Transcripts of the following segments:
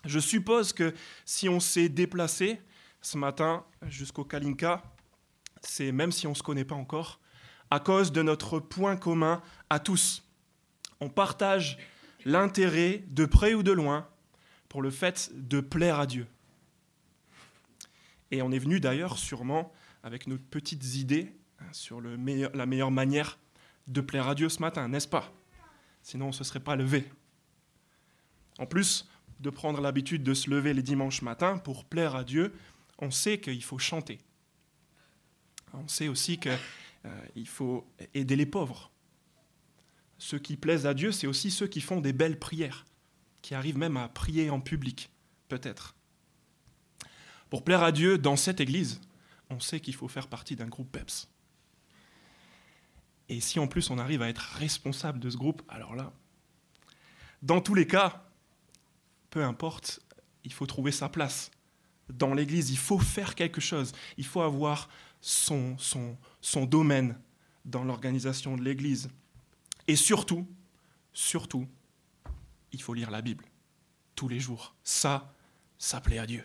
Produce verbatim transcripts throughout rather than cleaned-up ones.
Je suppose que si on s'est déplacé ce matin jusqu'au Kalinka, c'est même si on ne se connaît pas encore, à cause de notre point commun à tous. On partage l'intérêt, de près ou de loin, pour le fait de plaire à Dieu. Et on est venu d'ailleurs sûrement avec nos petites idées sur le meilleur, la meilleure manière de plaire à Dieu ce matin, n'est-ce pas ? Sinon on ne se serait pas levé. En plus de prendre l'habitude de se lever les dimanches matins pour plaire à Dieu, on sait qu'il faut chanter. On sait aussi qu'il euh, faut aider les pauvres. Ceux qui plaisent à Dieu, c'est aussi ceux qui font des belles prières, qui arrivent même à prier en public, peut-être. Pour plaire à Dieu dans cette église, on sait qu'il faut faire partie d'un groupe Peps. Et si en plus on arrive à être responsable de ce groupe, alors là, dans tous les cas, peu importe, il faut trouver sa place. Dans l'église, il faut faire quelque chose. Il faut avoir son, son, son domaine dans l'organisation de l'église. Et surtout, surtout, il faut lire la Bible tous les jours. Ça, ça plaît à Dieu.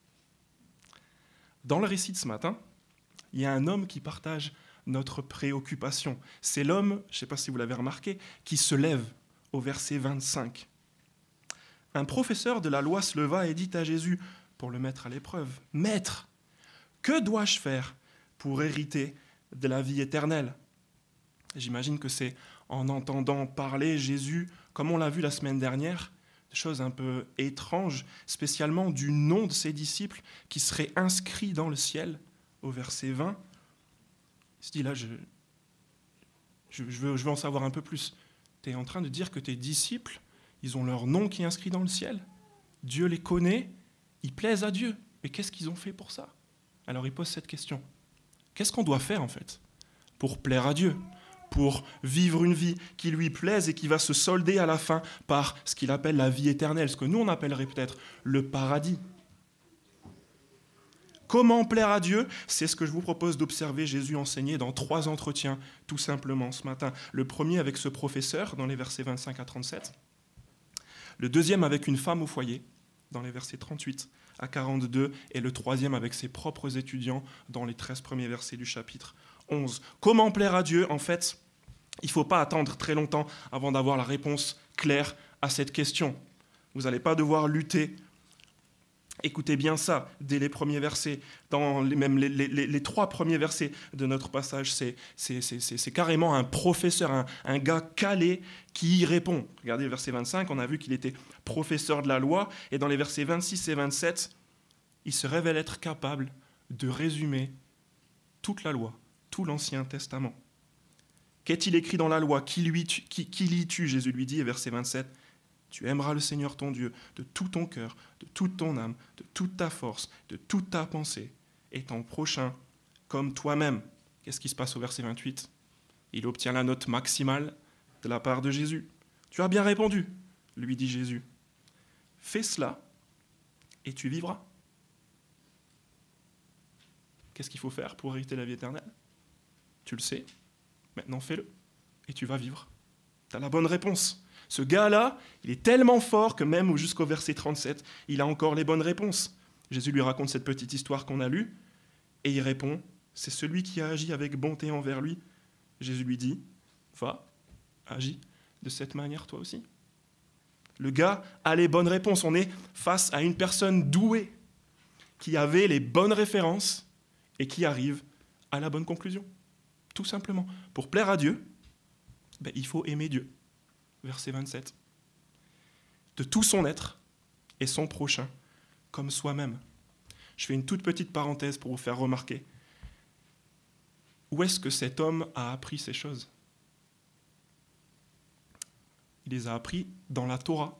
Dans le récit de ce matin, il y a un homme qui partage notre préoccupation. C'est l'homme, je ne sais pas si vous l'avez remarqué, qui se lève au verset vingt-cinq. Un professeur de la loi se leva et dit à Jésus, pour le mettre à l'épreuve, « Maître, que dois-je faire pour hériter de la vie éternelle ?» J'imagine que c'est en entendant parler Jésus, comme on l'a vu la semaine dernière, des choses un peu étranges, spécialement du nom de ses disciples qui seraient inscrits dans le ciel, au verset vingt. Il se dit là, je, je, je, veux, je veux en savoir un peu plus. Tu es en train de dire que tes disciples, ils ont leur nom qui est inscrit dans le ciel. Dieu les connaît, ils plaisent à Dieu. Mais qu'est-ce qu'ils ont fait pour ça ? Alors il pose cette question. Qu'est-ce qu'on doit faire en fait pour plaire à Dieu ? Pour vivre une vie qui lui plaise et qui va se solder à la fin par ce qu'il appelle la vie éternelle, ce que nous on appellerait peut-être le paradis. Comment plaire à Dieu ? C'est ce que je vous propose d'observer Jésus enseigner dans trois entretiens, tout simplement, ce matin. Le premier avec ce professeur, dans les versets vingt-cinq à trente-sept. Le deuxième avec une femme au foyer, dans les versets trente-huit à quarante-deux. Et le troisième avec ses propres étudiants, dans les treize premiers versets du chapitre onze. Comment plaire à Dieu ? En fait, il ne faut pas attendre très longtemps avant d'avoir la réponse claire à cette question. Vous n'allez pas devoir lutter. Écoutez bien ça, dès les premiers versets, dans les, même les, les, les trois premiers versets de notre passage, c'est, c'est, c'est, c'est, c'est carrément un professeur, un, un gars calé qui y répond. Regardez le verset vingt-cinq, on a vu qu'il était professeur de la loi, et dans les versets vingt-six et vingt-sept, il se révèle être capable de résumer toute la loi, tout l'Ancien Testament. Qu'est-il écrit dans la loi ? Qui, lui, qui, qui lis-tu ? Jésus lui dit, verset vingt-sept, « Tu aimeras le Seigneur ton Dieu de tout ton cœur, de toute ton âme, de toute ta force, de toute ta pensée, et ton prochain comme toi-même. » Qu'est-ce qui se passe au verset vingt-huit ? Il obtient la note maximale de la part de Jésus. « Tu as bien répondu, » lui dit Jésus. « Fais cela et tu vivras. » Qu'est-ce qu'il faut faire pour hériter la vie éternelle ? Tu le sais, maintenant fais-le et tu vas vivre. Tu as la bonne réponse. Ce gars-là, il est tellement fort que même jusqu'au verset trente-sept, il a encore les bonnes réponses. Jésus lui raconte cette petite histoire qu'on a lue, et il répond, c'est celui qui a agi avec bonté envers lui. Jésus lui dit, va, agis de cette manière toi aussi. Le gars a les bonnes réponses. On est face à une personne douée, qui avait les bonnes références, et qui arrive à la bonne conclusion. Tout simplement. Pour plaire à Dieu, ben, il faut aimer Dieu. Verset vingt-sept. De tout son être et son prochain comme soi-même. Je fais une toute petite parenthèse pour vous faire remarquer. Où est-ce que cet homme a appris ces choses ? Il les a appris dans la Torah.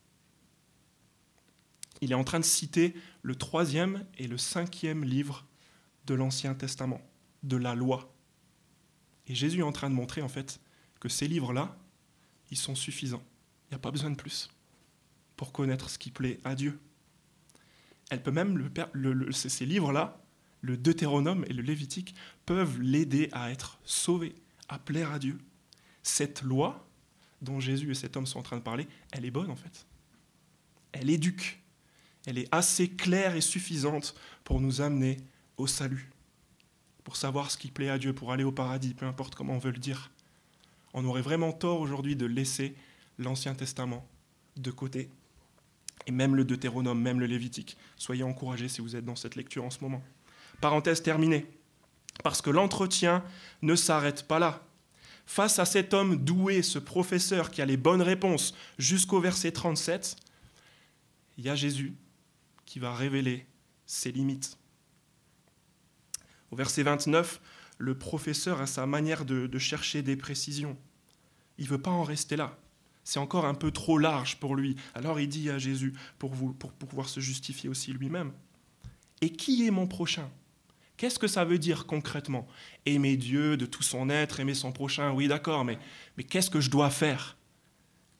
Il est en train de citer le troisième et le cinquième livre de l'Ancien Testament, de la loi. Et Jésus est en train de montrer en fait que ces livres-là, ils sont suffisants. Il n'y a pas besoin de plus pour connaître ce qui plaît à Dieu. Elle peut même, le, le, le, ces livres-là, le Deutéronome et le Lévitique, peuvent l'aider à être sauvé, à plaire à Dieu. Cette loi dont Jésus et cet homme sont en train de parler, elle est bonne en fait. Elle éduque. elle est assez claire et suffisante pour nous amener au salut, pour savoir ce qui plaît à Dieu, pour aller au paradis, peu importe comment on veut le dire. On aurait vraiment tort aujourd'hui de laisser l'Ancien Testament de côté, et même le Deutéronome, même le Lévitique. Soyez encouragés si vous êtes dans cette lecture en ce moment. Parenthèse terminée, parce que l'entretien ne s'arrête pas là. Face à cet homme doué, ce professeur qui a les bonnes réponses jusqu'au verset trente-sept, il y a Jésus qui va révéler ses limites. Au verset vingt-neuf, le professeur a sa manière de, de chercher des précisions. Il ne veut pas en rester là. C'est encore un peu trop large pour lui. Alors il dit à Jésus, pour, vous, pour, pour pouvoir se justifier aussi lui-même, « Et qui est mon prochain ?» Qu'est-ce que ça veut dire concrètement ? Aimer Dieu de tout son être, aimer son prochain, oui d'accord, mais, mais qu'est-ce que je dois faire concrètement ?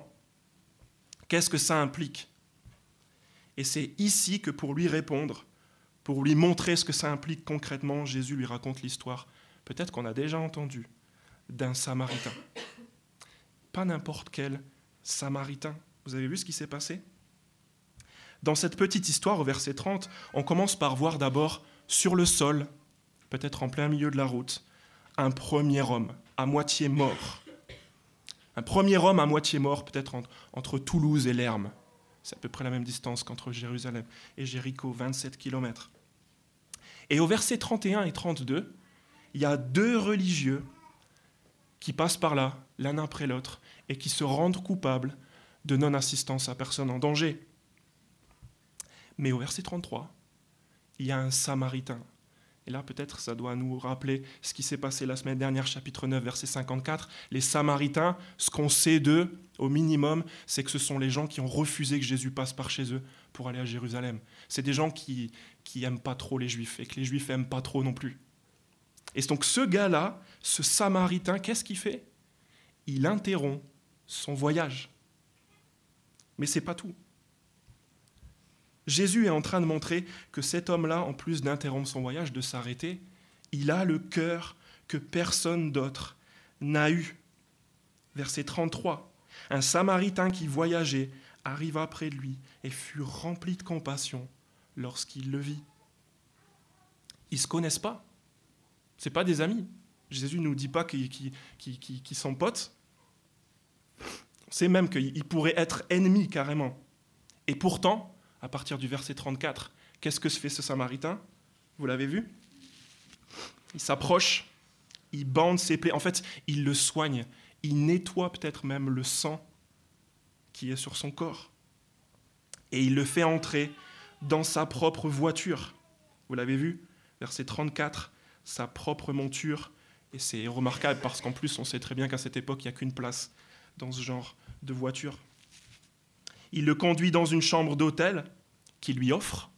Qu'est-ce que ça implique ? Et c'est ici que pour lui répondre, pour lui montrer ce que ça implique concrètement, Jésus lui raconte l'histoire, peut-être qu'on a déjà entendu, d'un Samaritain. Pas n'importe quel Samaritain. Vous avez vu ce qui s'est passé ? Dans cette petite histoire, au verset trente, on commence par voir d'abord sur le sol, peut-être en plein milieu de la route, un premier homme à moitié mort. Un premier homme à moitié mort, peut-être entre, entre Toulouse et Lerme. C'est à peu près la même distance qu'entre Jérusalem et Jéricho, vingt-sept kilomètres. Et au verset trente et un et trente-deux, il y a deux religieux qui passent par là, l'un après l'autre, et qui se rendent coupables de non-assistance à personne en danger. Mais au verset trente-trois, il y a un Samaritain. Et là, peut-être, ça doit nous rappeler ce qui s'est passé la semaine dernière, chapitre neuf, verset cinquante-quatre. Les Samaritains, ce qu'on sait d'eux, au minimum, c'est que ce sont les gens qui ont refusé que Jésus passe par chez eux pour aller à Jérusalem. C'est des gens qui qui n'aiment pas trop les Juifs et que les Juifs n'aiment pas trop non plus. Et donc ce gars-là, ce Samaritain, qu'est-ce qu'il fait ? Il interrompt son voyage. Mais ce n'est pas tout. Jésus est en train de montrer que cet homme-là, en plus d'interrompre son voyage, de s'arrêter, il a le cœur que personne d'autre n'a eu. Verset trente-trois. Un Samaritain qui voyageait arriva près de lui et fut rempli de compassion lorsqu'il le vit. Ils ne se connaissent pas. Ce n'est pas des amis. Jésus ne nous dit pas qu'ils, qu'ils, qu'ils, qu'ils sont potes. On sait même qu'ils pourraient être ennemis carrément. Et pourtant, à partir du verset trente-quatre, qu'est-ce que se fait ce Samaritain ? Vous l'avez vu ? Il s'approche, il bande ses plaies. En fait, il le soigne. Il nettoie peut-être même le sang qui est sur son corps. Et il le fait entrer dans sa propre voiture. Vous l'avez vu ? Verset trente-quatre, sa propre monture. Et c'est remarquable parce qu'en plus, on sait très bien qu'à cette époque, il n'y a qu'une place dans ce genre de voiture. Il le conduit dans une chambre d'hôtel qu'il lui offre.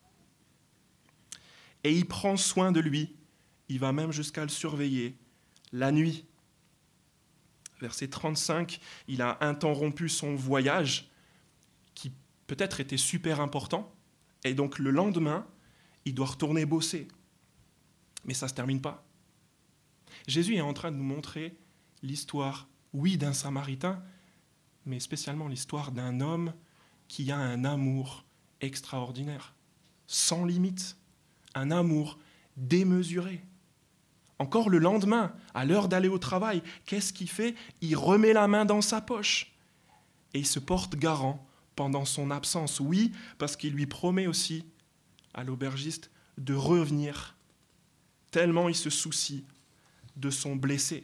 Et il prend soin de lui. Il va même jusqu'à le surveiller la nuit. Verset trente-cinq, il a interrompu son voyage qui peut-être était super important. Et donc le lendemain, il doit retourner bosser. Mais ça ne se termine pas. Jésus est en train de nous montrer l'histoire, oui, d'un Samaritain, mais spécialement l'histoire d'un homme qui a un amour extraordinaire, sans limite, un amour démesuré. Encore le lendemain, à l'heure d'aller au travail, qu'est-ce qu'il fait ? Il remet la main dans sa poche et il se porte garant pendant son absence. Oui, parce qu'il lui promet aussi à l'aubergiste de revenir, tellement il se soucie de son blessé.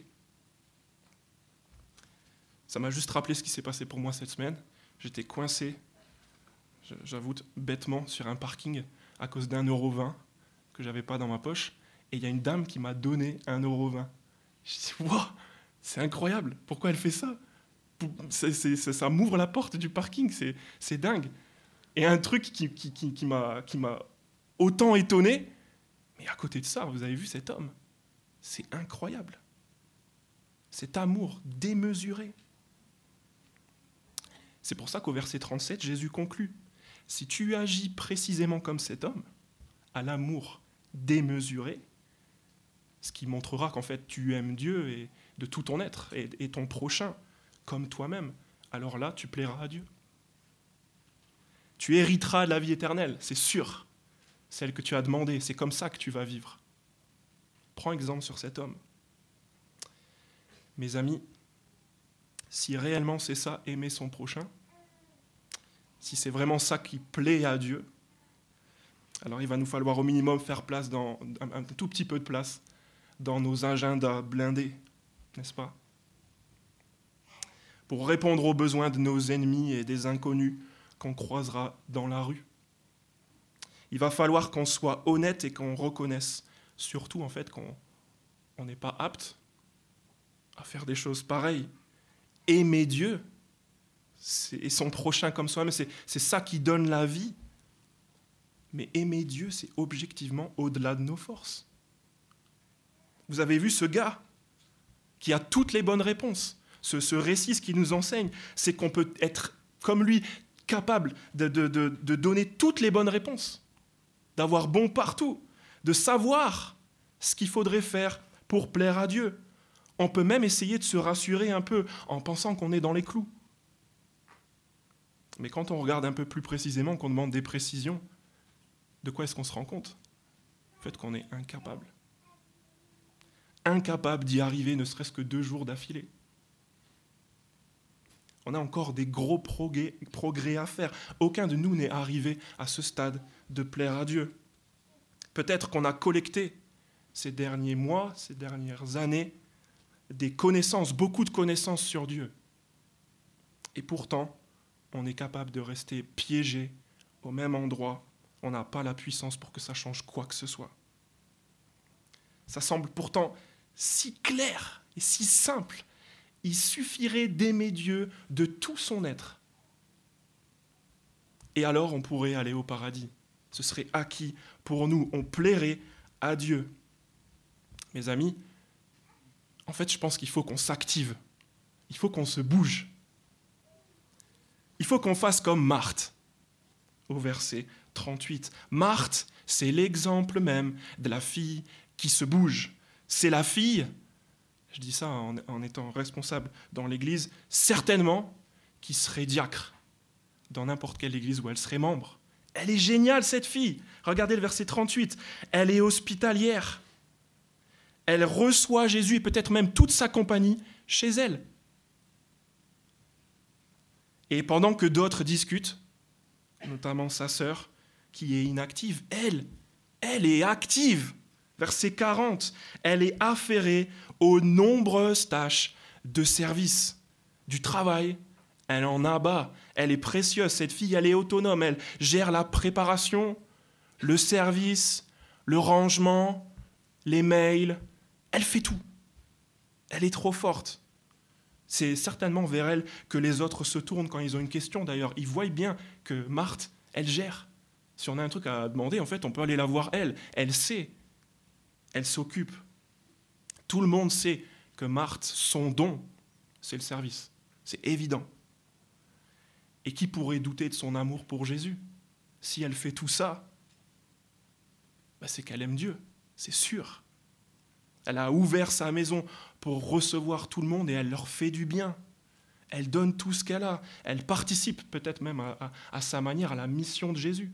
Ça m'a juste rappelé ce qui s'est passé pour moi cette semaine. J'étais coincé, j'avoue bêtement, sur un parking à cause d'un euro vingt que je n'avais pas dans ma poche. Et il y a une dame qui m'a donné un euro vingt. Je me suis dit, wow, c'est incroyable, pourquoi elle fait ça ? c'est, c'est, ça, ça m'ouvre la porte du parking, c'est, c'est dingue. Et un truc qui, qui, qui, qui, m'a, qui m'a autant étonné, mais à côté de ça, vous avez vu cet homme, c'est incroyable. Cet amour démesuré. C'est pour ça qu'au verset trente-sept, Jésus conclut, si tu agis précisément comme cet homme, à l'amour démesuré, ce qui montrera qu'en fait tu aimes Dieu et de tout ton être et, et ton prochain comme toi-même, alors là tu plairas à Dieu. Tu hériteras de la vie éternelle, c'est sûr. Celle que tu as demandée, c'est comme ça que tu vas vivre. Prends exemple sur cet homme. Mes amis, si réellement c'est ça, aimer son prochain, si c'est vraiment ça qui plaît à Dieu, alors il va nous falloir au minimum faire place dans, un, un tout petit peu de place dans nos agendas blindés, n'est-ce pas? Pour répondre aux besoins de nos ennemis et des inconnus qu'on croisera dans la rue. Il va falloir qu'on soit honnête et qu'on reconnaisse surtout en fait qu'on n'est pas apte à faire des choses pareilles. Aimer Dieu et son prochain comme soi-même, c'est, c'est ça qui donne la vie. Mais aimer Dieu, c'est objectivement au-delà de nos forces. Vous avez vu ce gars qui a toutes les bonnes réponses. Ce, ce récit, ce qu'il nous enseigne, c'est qu'on peut être comme lui, capable de, de, de, de donner toutes les bonnes réponses, d'avoir bon partout, de savoir ce qu'il faudrait faire pour plaire à Dieu. On peut même essayer de se rassurer un peu en pensant qu'on est dans les clous. Mais quand on regarde un peu plus précisément, qu'on demande des précisions, de quoi est-ce qu'on se rend compte? En fait, qu'on est incapable. Incapable d'y arriver, ne serait-ce que deux jours d'affilée. On a encore des gros progrès, progrès à faire. Aucun de nous n'est arrivé à ce stade de plaire à Dieu. Peut-être qu'on a collecté ces derniers mois, ces dernières années, des connaissances, beaucoup de connaissances sur Dieu. Et pourtant, on est capable de rester piégé au même endroit. On n'a pas la puissance pour que ça change quoi que ce soit. Ça semble pourtant si clair et si simple. Il suffirait d'aimer Dieu de tout son être. Et alors on pourrait aller au paradis. Ce serait acquis pour nous. On plairait à Dieu. Mes amis, en fait, je pense qu'il faut qu'on s'active. Il faut qu'on se bouge. Il faut qu'on fasse comme Marthe, au verset trente-huit. Marthe, c'est l'exemple même de la fille qui se bouge. C'est la fille, je dis ça en, en étant responsable dans l'église, certainement qui serait diacre dans n'importe quelle église où elle serait membre. Elle est géniale, cette fille. Regardez le verset trente-huit. Elle est hospitalière. Elle reçoit Jésus et peut-être même toute sa compagnie chez elle. Et pendant que d'autres discutent, notamment sa sœur, qui est inactive, elle, elle est active. Verset quarante, elle est affairée aux nombreuses tâches de service, du travail. Elle en abat, elle est précieuse, cette fille, elle est autonome, elle gère la préparation, le service, le rangement, les mails, elle fait tout. Elle est trop forte. C'est certainement vers elle que les autres se tournent quand ils ont une question. D'ailleurs, ils voient bien que Marthe, elle gère. Si on a un truc à demander, en fait, on peut aller la voir elle. Elle sait. Elle s'occupe. Tout le monde sait que Marthe, son don, c'est le service. C'est évident. Et qui pourrait douter de son amour pour Jésus? Si elle fait tout ça, ben c'est qu'elle aime Dieu, c'est sûr. Elle a ouvert sa maison pour recevoir tout le monde et elle leur fait du bien. Elle donne tout ce qu'elle a. Elle participe peut-être même à, à, à sa manière à la mission de Jésus.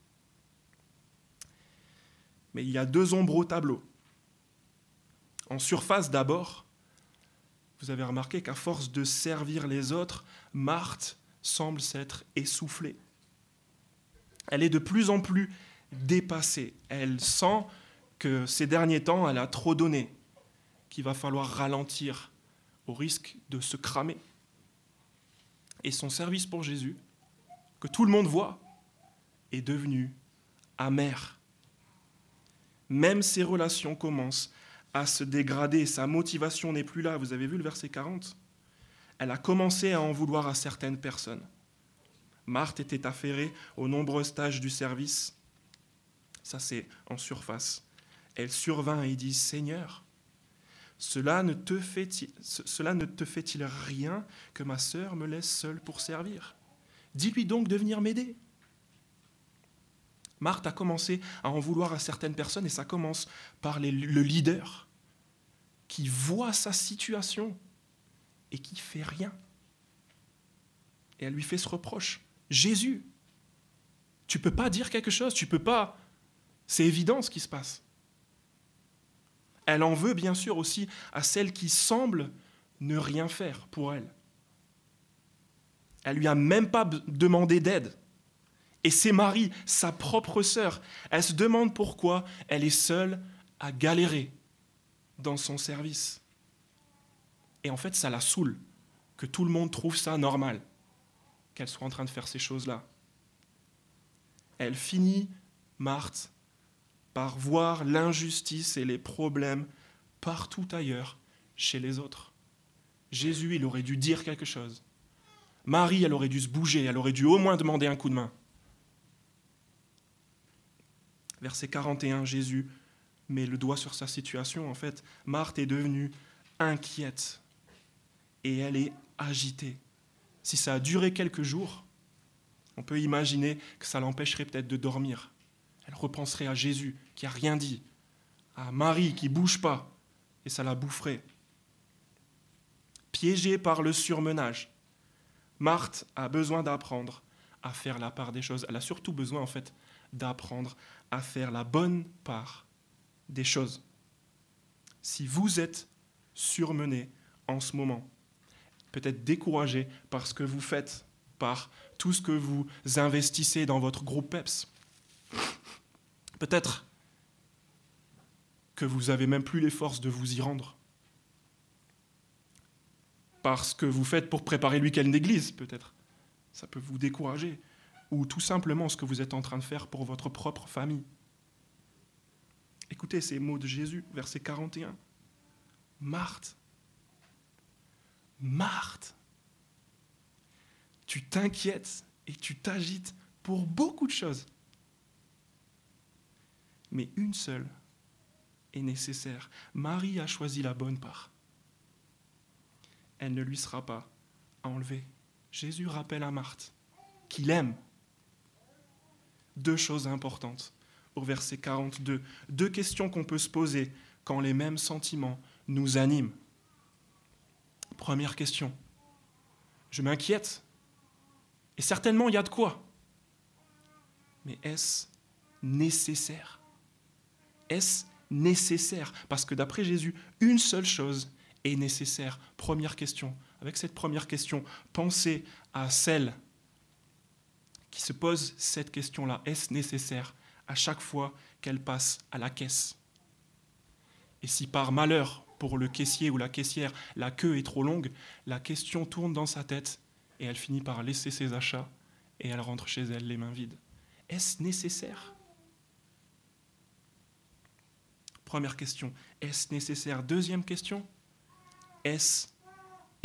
Mais il y a deux ombres au tableau. En surface d'abord, vous avez remarqué qu'à force de servir les autres, Marthe semble s'être essoufflée. Elle est de plus en plus dépassée. Elle sent que ces derniers temps, elle a trop donné, qu'il va falloir ralentir au risque de se cramer. Et son service pour Jésus, que tout le monde voit, est devenu amer. Même ses relations commencent à se dégrader, sa motivation n'est plus là. Vous avez vu le verset quarante? Elle a commencé à en vouloir à certaines personnes. Marthe était affairée aux nombreuses tâches du service. Ça, c'est en surface. Elle survint et dit « Seigneur, cela ne te fait-il, cela ne te fait-il rien que ma sœur me laisse seule pour servir? Dis-lui donc de venir m'aider. » Marthe a commencé à en vouloir à certaines personnes et ça commence par les, le leader qui voit sa situation et qui ne fait rien. Et elle lui fait ce reproche. Jésus, Tu ne peux pas dire quelque chose, tu peux pas. C'est évident ce qui se passe. Elle en veut bien sûr aussi à celle qui semble ne rien faire pour elle. Elle lui a même pas demandé d'aide. Et c'est Marie, sa propre sœur. Elle se demande pourquoi elle est seule à galérer dans son service. Et en fait, ça la saoule que tout le monde trouve ça normal, qu'elle soit en train de faire ces choses-là. Elle finit, Marthe, par voir l'injustice et les problèmes partout ailleurs, chez les autres. Jésus, il aurait dû dire quelque chose. Marie, elle aurait dû se bouger, elle aurait dû au moins demander un coup de main. Verset quarante et un, Jésus met le doigt sur sa situation. En fait, Marthe est devenue inquiète et elle est agitée. Si ça a duré quelques jours, on peut imaginer que ça l'empêcherait peut-être de dormir. Elle repenserait à Jésus qui n'a rien dit, à Marie qui ne bouge pas, et ça la boufferait. Piégée par le surmenage, Marthe a besoin d'apprendre à faire la part des choses. Elle a surtout besoin, en fait, d'apprendre à faire la bonne part des choses. Si vous êtes surmené en ce moment, peut-être découragé par ce que vous faites, par tout ce que vous investissez dans votre groupe PEPS, peut-être que vous n'avez même plus les forces de vous y rendre. Parce que vous faites pour préparer le week-end d'église, peut-être. Ça peut vous décourager. Ou tout simplement ce que vous êtes en train de faire pour votre propre famille. Écoutez ces mots de Jésus, verset quarante et un. Marthe, Marthe, tu t'inquiètes et tu t'agites pour beaucoup de choses. Mais une seule est nécessaire. Marie a choisi la bonne part. Elle ne lui sera pas enlevée. Jésus rappelle à Marthe qu'il aime. Deux choses importantes au verset quarante-deux. Deux questions qu'on peut se poser quand les mêmes sentiments nous animent. Première question. Je m'inquiète. Et certainement, il y a de quoi. Mais est-ce nécessaire ? Est-ce nécessaire ? Parce que d'après Jésus, une seule chose est nécessaire. Première question. Avec cette première question, pensez à celle qui se pose cette question-là. Est-ce nécessaire à chaque fois qu'elle passe à la caisse ? Et si par malheur, pour le caissier ou la caissière, la queue est trop longue, la question tourne dans sa tête et elle finit par laisser ses achats et elle rentre chez elle les mains vides. Est-ce nécessaire ? Première question, est-ce nécessaire ? Deuxième question, est-ce éternel ?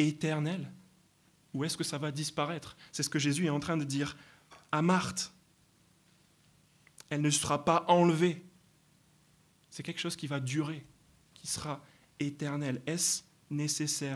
Ou est-ce que ça va disparaître ? C'est ce que Jésus est en train de dire à Marthe. Elle ne sera pas enlevée. C'est quelque chose qui va durer, qui sera éternel. Est-ce nécessaire ?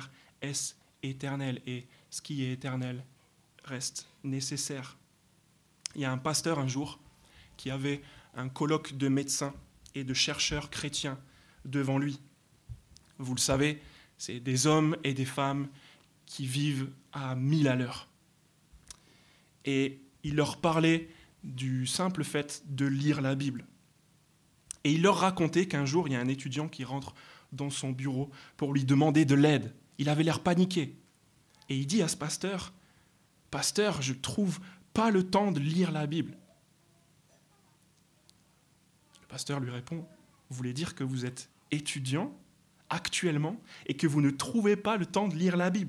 Est-ce éternel ? Et ce qui est éternel reste nécessaire. Il y a un pasteur un jour qui avait un colloque de médecins et de chercheurs chrétiens devant lui. Vous le savez, c'est des hommes et des femmes qui vivent à mille à l'heure. Et il leur parlait du simple fait de lire la Bible. Et il leur racontait qu'un jour, il y a un étudiant qui rentre dans son bureau pour lui demander de l'aide. Il avait l'air paniqué. Et il dit à ce pasteur, « Pasteur, je ne trouve pas le temps de lire la Bible. » Le pasteur lui répond, « Vous voulez dire que vous êtes étudiant actuellement et que vous ne trouvez pas le temps de lire la Bible ?»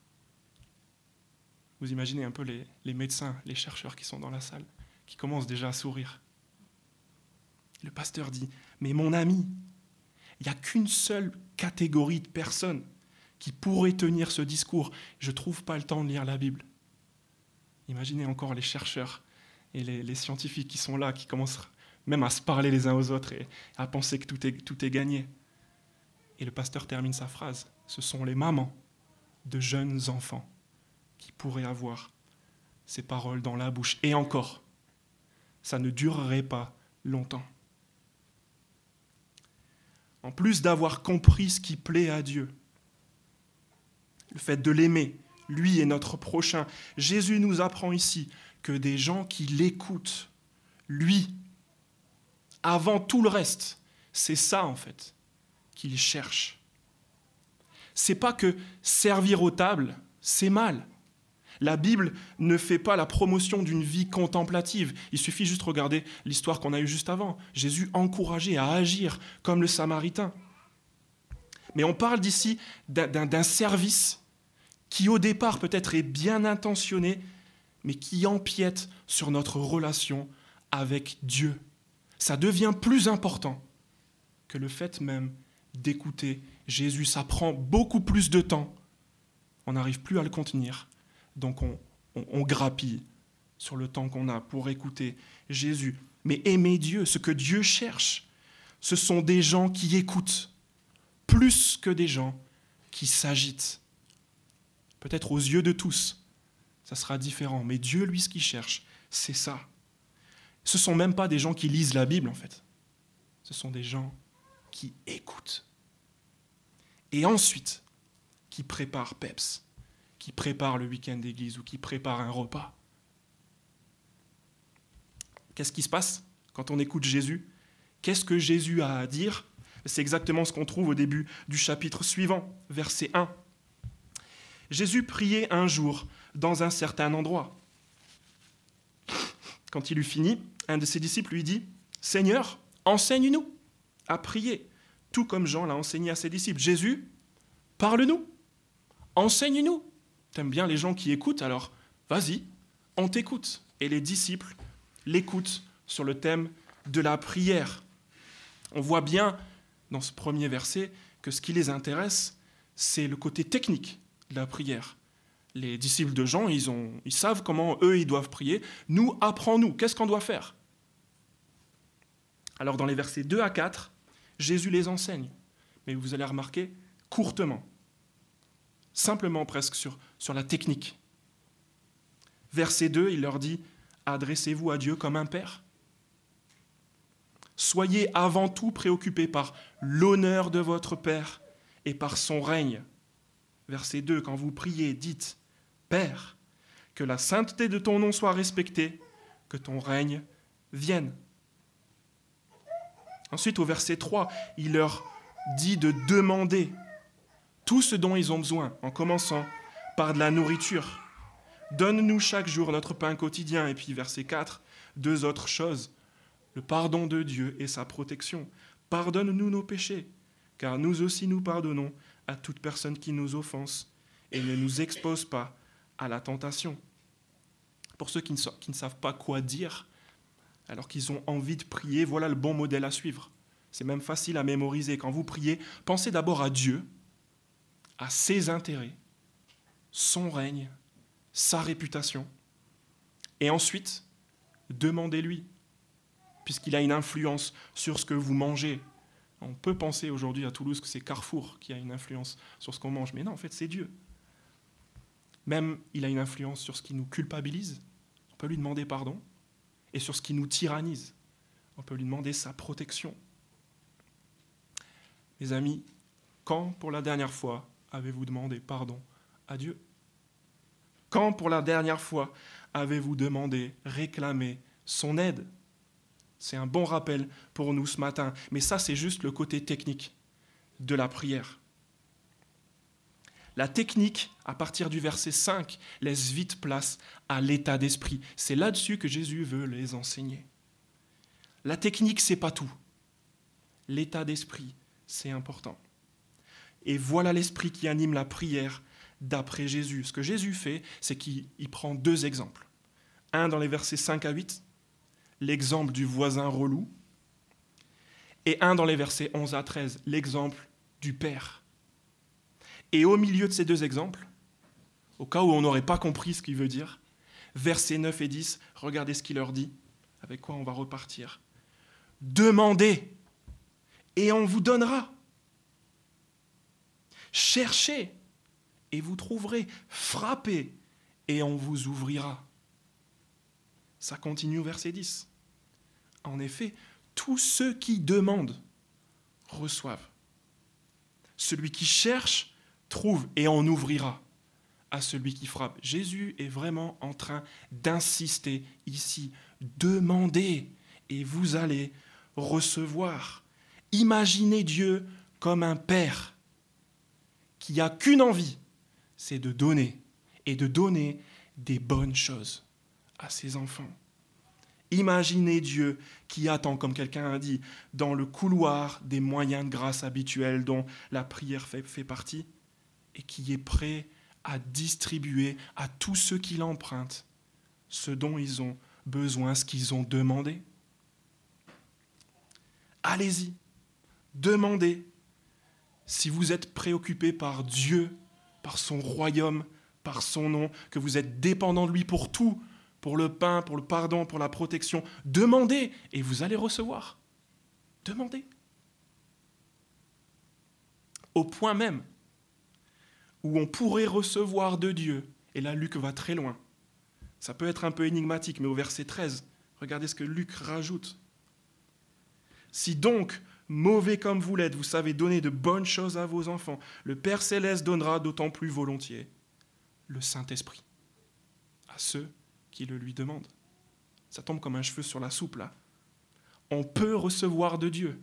Vous imaginez un peu les, les médecins, les chercheurs qui sont dans la salle, qui commencent déjà à sourire. Le pasteur dit, « Mais mon ami, il n'y a qu'une seule catégorie de personnes qui pourraient tenir ce discours. Je ne trouve pas le temps de lire la Bible. » Imaginez encore les chercheurs et les, les scientifiques qui sont là, qui commencent même à se parler les uns aux autres et à penser que tout est, tout est gagné. Et le pasteur termine sa phrase. Ce sont les mamans de jeunes enfants qui pourraient avoir ces paroles dans la bouche. Et encore, ça ne durerait pas longtemps. En plus d'avoir compris ce qui plaît à Dieu, le fait de l'aimer, lui et notre prochain, Jésus nous apprend ici que des gens qui l'écoutent lui, avant tout le reste. C'est ça, en fait, qu'il cherche. C'est pas que servir aux tables, c'est mal. La Bible ne fait pas la promotion d'une vie contemplative. Il suffit juste de regarder l'histoire qu'on a eue juste avant. Jésus encourageait à agir comme le Samaritain. Mais on parle d'ici d'un, d'un, d'un service qui au départ peut-être est bien intentionné, mais qui empiète sur notre relation avec Dieu. Ça devient plus important que le fait même d'écouter Jésus. Ça prend beaucoup plus de temps. On n'arrive plus à le contenir. Donc on, on, on grappille sur le temps qu'on a pour écouter Jésus. Mais aimer Dieu, ce que Dieu cherche, ce sont des gens qui écoutent, plus que des gens qui s'agitent. Peut-être aux yeux de tous, ça sera différent. Mais Dieu, lui, ce qu'il cherche, c'est ça. Ce ne sont même pas des gens qui lisent la Bible, en fait. Ce sont des gens qui écoutent. Et ensuite, qui préparent Peps, qui préparent le week-end d'église ou qui préparent un repas. Qu'est-ce qui se passe quand on écoute Jésus ? Qu'est-ce que Jésus a à dire ? C'est exactement ce qu'on trouve au début du chapitre suivant, verset un. Jésus priait un jour dans un certain endroit. Quand il eut fini, un de ses disciples lui dit « Seigneur, enseigne-nous à prier, tout comme Jean l'a enseigné à ses disciples. Jésus, parle-nous, enseigne-nous. » T'aimes bien les gens qui écoutent, alors vas-y, on t'écoute. Et les disciples l'écoutent sur le thème de la prière. On voit bien dans ce premier verset que ce qui les intéresse, c'est le côté technique de la prière. Les disciples de Jean, ils, ont, ils savent comment eux, ils doivent prier. Nous, apprends-nous, qu'est-ce qu'on doit faire ? Alors dans les versets deux à quatre, Jésus les enseigne. Mais vous allez remarquer, courtement. Simplement presque sur, sur la technique. Verset deux, il leur dit « Adressez-vous à Dieu comme un père. Soyez avant tout préoccupés par l'honneur de votre Père et par son règne. » Verset deux, quand vous priez, dites « Père, que la sainteté de ton nom soit respectée, que ton règne vienne. » Ensuite, au verset trois, il leur dit de demander tout ce dont ils ont besoin, en commençant par de la nourriture. Donne-nous chaque jour notre pain quotidien. Et puis verset quatre, deux autres choses. Le pardon de Dieu et sa protection. Pardonne-nous nos péchés, car nous aussi nous pardonnons à toute personne qui nous offense et ne nous expose pas à la tentation. Pour ceux qui ne, so- qui ne savent pas quoi dire, alors qu'ils ont envie de prier, voilà le bon modèle à suivre. C'est même facile à mémoriser. Quand vous priez, pensez d'abord à Dieu, à ses intérêts, son règne, sa réputation. Et ensuite, demandez-lui, puisqu'il a une influence sur ce que vous mangez. On peut penser aujourd'hui à Toulouse que c'est Carrefour qui a une influence sur ce qu'on mange, mais non, en fait, c'est Dieu. Même, il a une influence sur ce qui nous culpabilise. On peut lui demander pardon. Et sur ce qui nous tyrannise. On peut lui demander sa protection. Mes amis, quand pour la dernière fois avez-vous demandé pardon à Dieu ? Quand pour la dernière fois avez-vous demandé, réclamé son aide ? C'est un bon rappel pour nous ce matin. Mais ça, c'est juste le côté technique de la prière. La technique, à partir du verset cinq, laisse vite place à l'état d'esprit. C'est là-dessus que Jésus veut les enseigner. La technique, c'est pas tout. L'état d'esprit, c'est important. Et voilà l'esprit qui anime la prière d'après Jésus. Ce que Jésus fait, c'est qu'il prend deux exemples. Un dans les versets cinq à huit, l'exemple du voisin relou, et un dans les versets onze à treize, l'exemple du Père. Et au milieu de ces deux exemples, au cas où on n'aurait pas compris ce qu'il veut dire, versets neuf et dix, regardez ce qu'il leur dit, avec quoi on va repartir. Demandez, et on vous donnera. Cherchez, et vous trouverez. Frappez, et on vous ouvrira. Ça continue au verset dix. En effet, tous ceux qui demandent reçoivent. Celui qui cherche trouve, et on ouvrira à celui qui frappe. Jésus est vraiment en train d'insister ici. Demandez, et vous allez recevoir. Imaginez Dieu comme un père qui n'a qu'une envie, c'est de donner, et de donner des bonnes choses à ses enfants. Imaginez Dieu qui attend, comme quelqu'un a dit, dans le couloir des moyens de grâce habituels dont la prière fait, fait partie, et qui est prêt à distribuer à tous ceux qui l'empruntent ce dont ils ont besoin, ce qu'ils ont demandé. Allez-y, demandez. Si vous êtes préoccupé par Dieu, par son royaume, par son nom, que vous êtes dépendant de lui pour tout, pour le pain, pour le pardon, pour la protection, demandez et vous allez recevoir. Demandez. Au point même où on pourrait recevoir de Dieu, et là Luc va très loin, ça peut être un peu énigmatique, mais au verset treize, regardez ce que Luc rajoute. Si donc, mauvais comme vous l'êtes, vous savez donner de bonnes choses à vos enfants, le Père Céleste donnera d'autant plus volontiers le Saint-Esprit à ceux qui le lui demandent. Ça tombe comme un cheveu sur la soupe, là. On peut recevoir de Dieu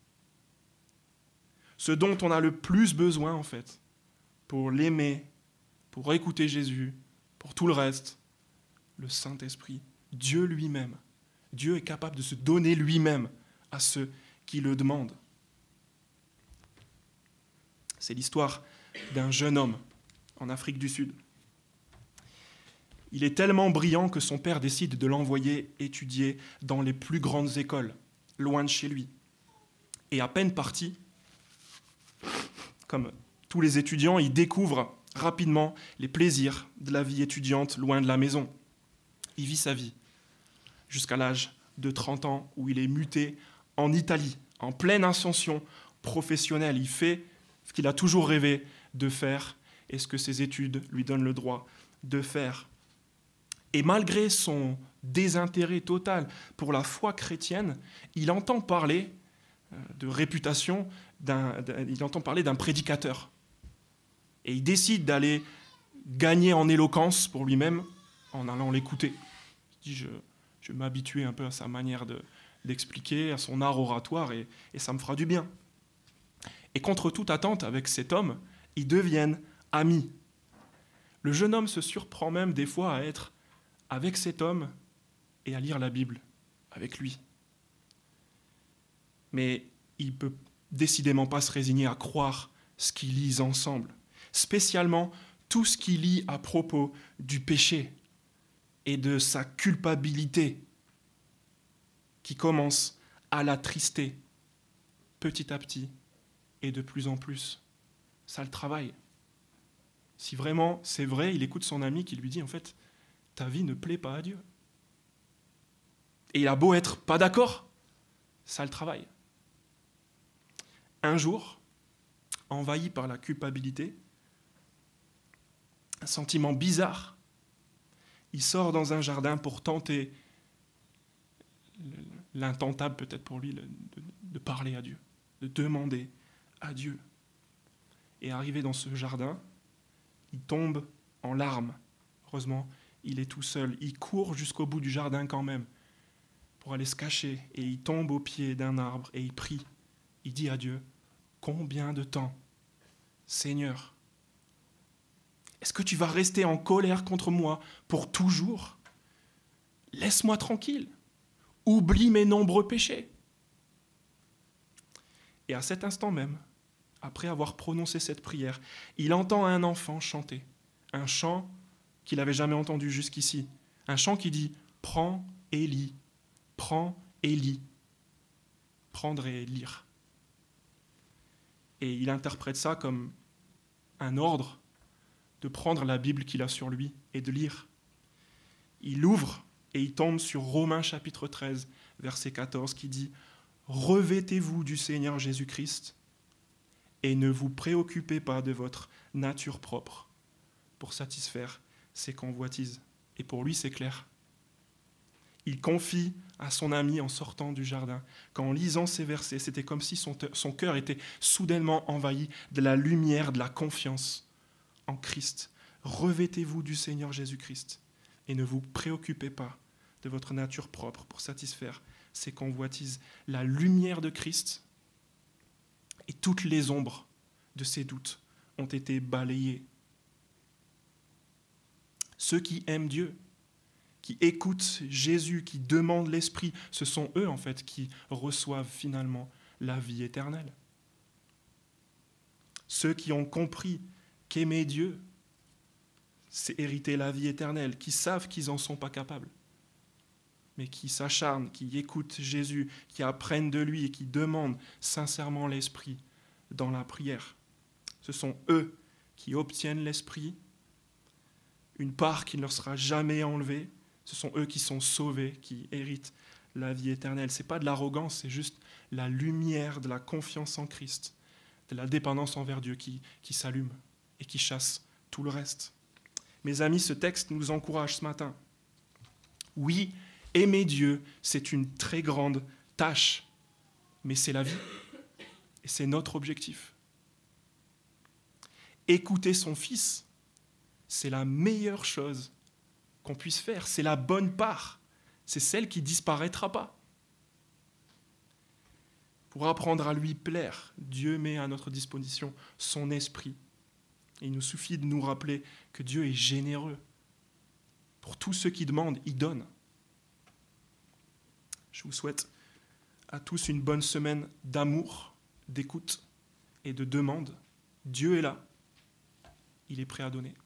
ce dont on a le plus besoin, en fait, pour l'aimer, pour écouter Jésus, pour tout le reste, le Saint-Esprit, Dieu lui-même. Dieu est capable de se donner lui-même à ceux qui le demandent. C'est l'histoire d'un jeune homme en Afrique du Sud. Il est tellement brillant que son père décide de l'envoyer étudier dans les plus grandes écoles, loin de chez lui. Et à peine parti, comme tous les étudiants, il découvre rapidement les plaisirs de la vie étudiante loin de la maison. Il vit sa vie jusqu'à l'âge de trente ans où il est muté en Italie, en pleine ascension professionnelle. Il fait ce qu'il a toujours rêvé de faire et ce que ses études lui donnent le droit de faire. Et malgré son désintérêt total pour la foi chrétienne, il entend parler de réputation, d'un, d'un, il entend parler d'un prédicateur. Et il décide d'aller gagner en éloquence pour lui-même en allant l'écouter. Il dit, je, je vais m'habituer un peu à sa manière de, d'expliquer, à son art oratoire, et, et ça me fera du bien. Et contre toute attente, avec cet homme, ils deviennent amis. Le jeune homme se surprend même des fois à être avec cet homme et à lire la Bible avec lui. Mais il ne peut décidément pas se résigner à croire ce qu'ils lisent ensemble, spécialement tout ce qu'il lit à propos du péché et de sa culpabilité qui commence à l'attrister petit à petit et de plus en plus. Ça le travaille. Si vraiment c'est vrai, il écoute son ami qui lui dit en fait, ta vie ne plaît pas à Dieu. Et il a beau être pas d'accord, ça le travaille. Un jour, envahi par la culpabilité, un sentiment bizarre, il sort dans un jardin pour tenter l'intentable peut-être pour lui, de, de parler à Dieu, de demander à Dieu. Et arrivé dans ce jardin, il tombe en larmes. Heureusement, il est tout seul. Il court jusqu'au bout du jardin quand même pour aller se cacher. Et il tombe au pied d'un arbre et il prie. Il dit à Dieu, combien de temps, Seigneur, est-ce que tu vas rester en colère contre moi pour toujours ? Laisse-moi tranquille. Oublie mes nombreux péchés. Et à cet instant même, après avoir prononcé cette prière, il entend un enfant chanter, un chant qu'il n'avait jamais entendu jusqu'ici, un chant qui dit « Prends et lis, prends et lis », prendre et lire. Et il interprète ça comme un ordre de prendre la Bible qu'il a sur lui et de lire. Il ouvre et il tombe sur Romains chapitre treize, verset quatorze, qui dit « Revêtez-vous du Seigneur Jésus-Christ et ne vous préoccupez pas de votre nature propre pour satisfaire ses convoitises. » Et pour lui, c'est clair. Il confie à son ami en sortant du jardin qu'en lisant ces versets, c'était comme si son, te- son cœur était soudainement envahi de la lumière, de la confiance en Christ. Revêtez-vous du Seigneur Jésus-Christ et ne vous préoccupez pas de votre nature propre pour satisfaire ces convoitises. La lumière de Christ et toutes les ombres de ces doutes ont été balayées. Ceux qui aiment Dieu, qui écoutent Jésus, qui demandent l'Esprit, ce sont eux en fait qui reçoivent finalement la vie éternelle. Ceux qui ont compris qu'aimer Dieu, c'est hériter la vie éternelle, qui savent qu'ils n'en sont pas capables, mais qui s'acharnent, qui écoutent Jésus, qui apprennent de lui et qui demandent sincèrement l'Esprit dans la prière. Ce sont eux qui obtiennent l'Esprit, une part qui ne leur sera jamais enlevée. Ce sont eux qui sont sauvés, qui héritent la vie éternelle. Ce n'est pas de l'arrogance, c'est juste la lumière de la confiance en Christ, de la dépendance envers Dieu qui, qui s'allume et qui chasse tout le reste. Mes amis, ce texte nous encourage ce matin. Oui, aimer Dieu, c'est une très grande tâche, mais c'est la vie et c'est notre objectif. Écouter son Fils, c'est la meilleure chose qu'on puisse faire, c'est la bonne part, c'est celle qui ne disparaîtra pas. Pour apprendre à lui plaire, Dieu met à notre disposition son esprit. Et il nous suffit de nous rappeler que Dieu est généreux. Pour tous ceux qui demandent, il donne. Je vous souhaite à tous une bonne semaine d'amour, d'écoute et de demande. Dieu est là. Il est prêt à donner.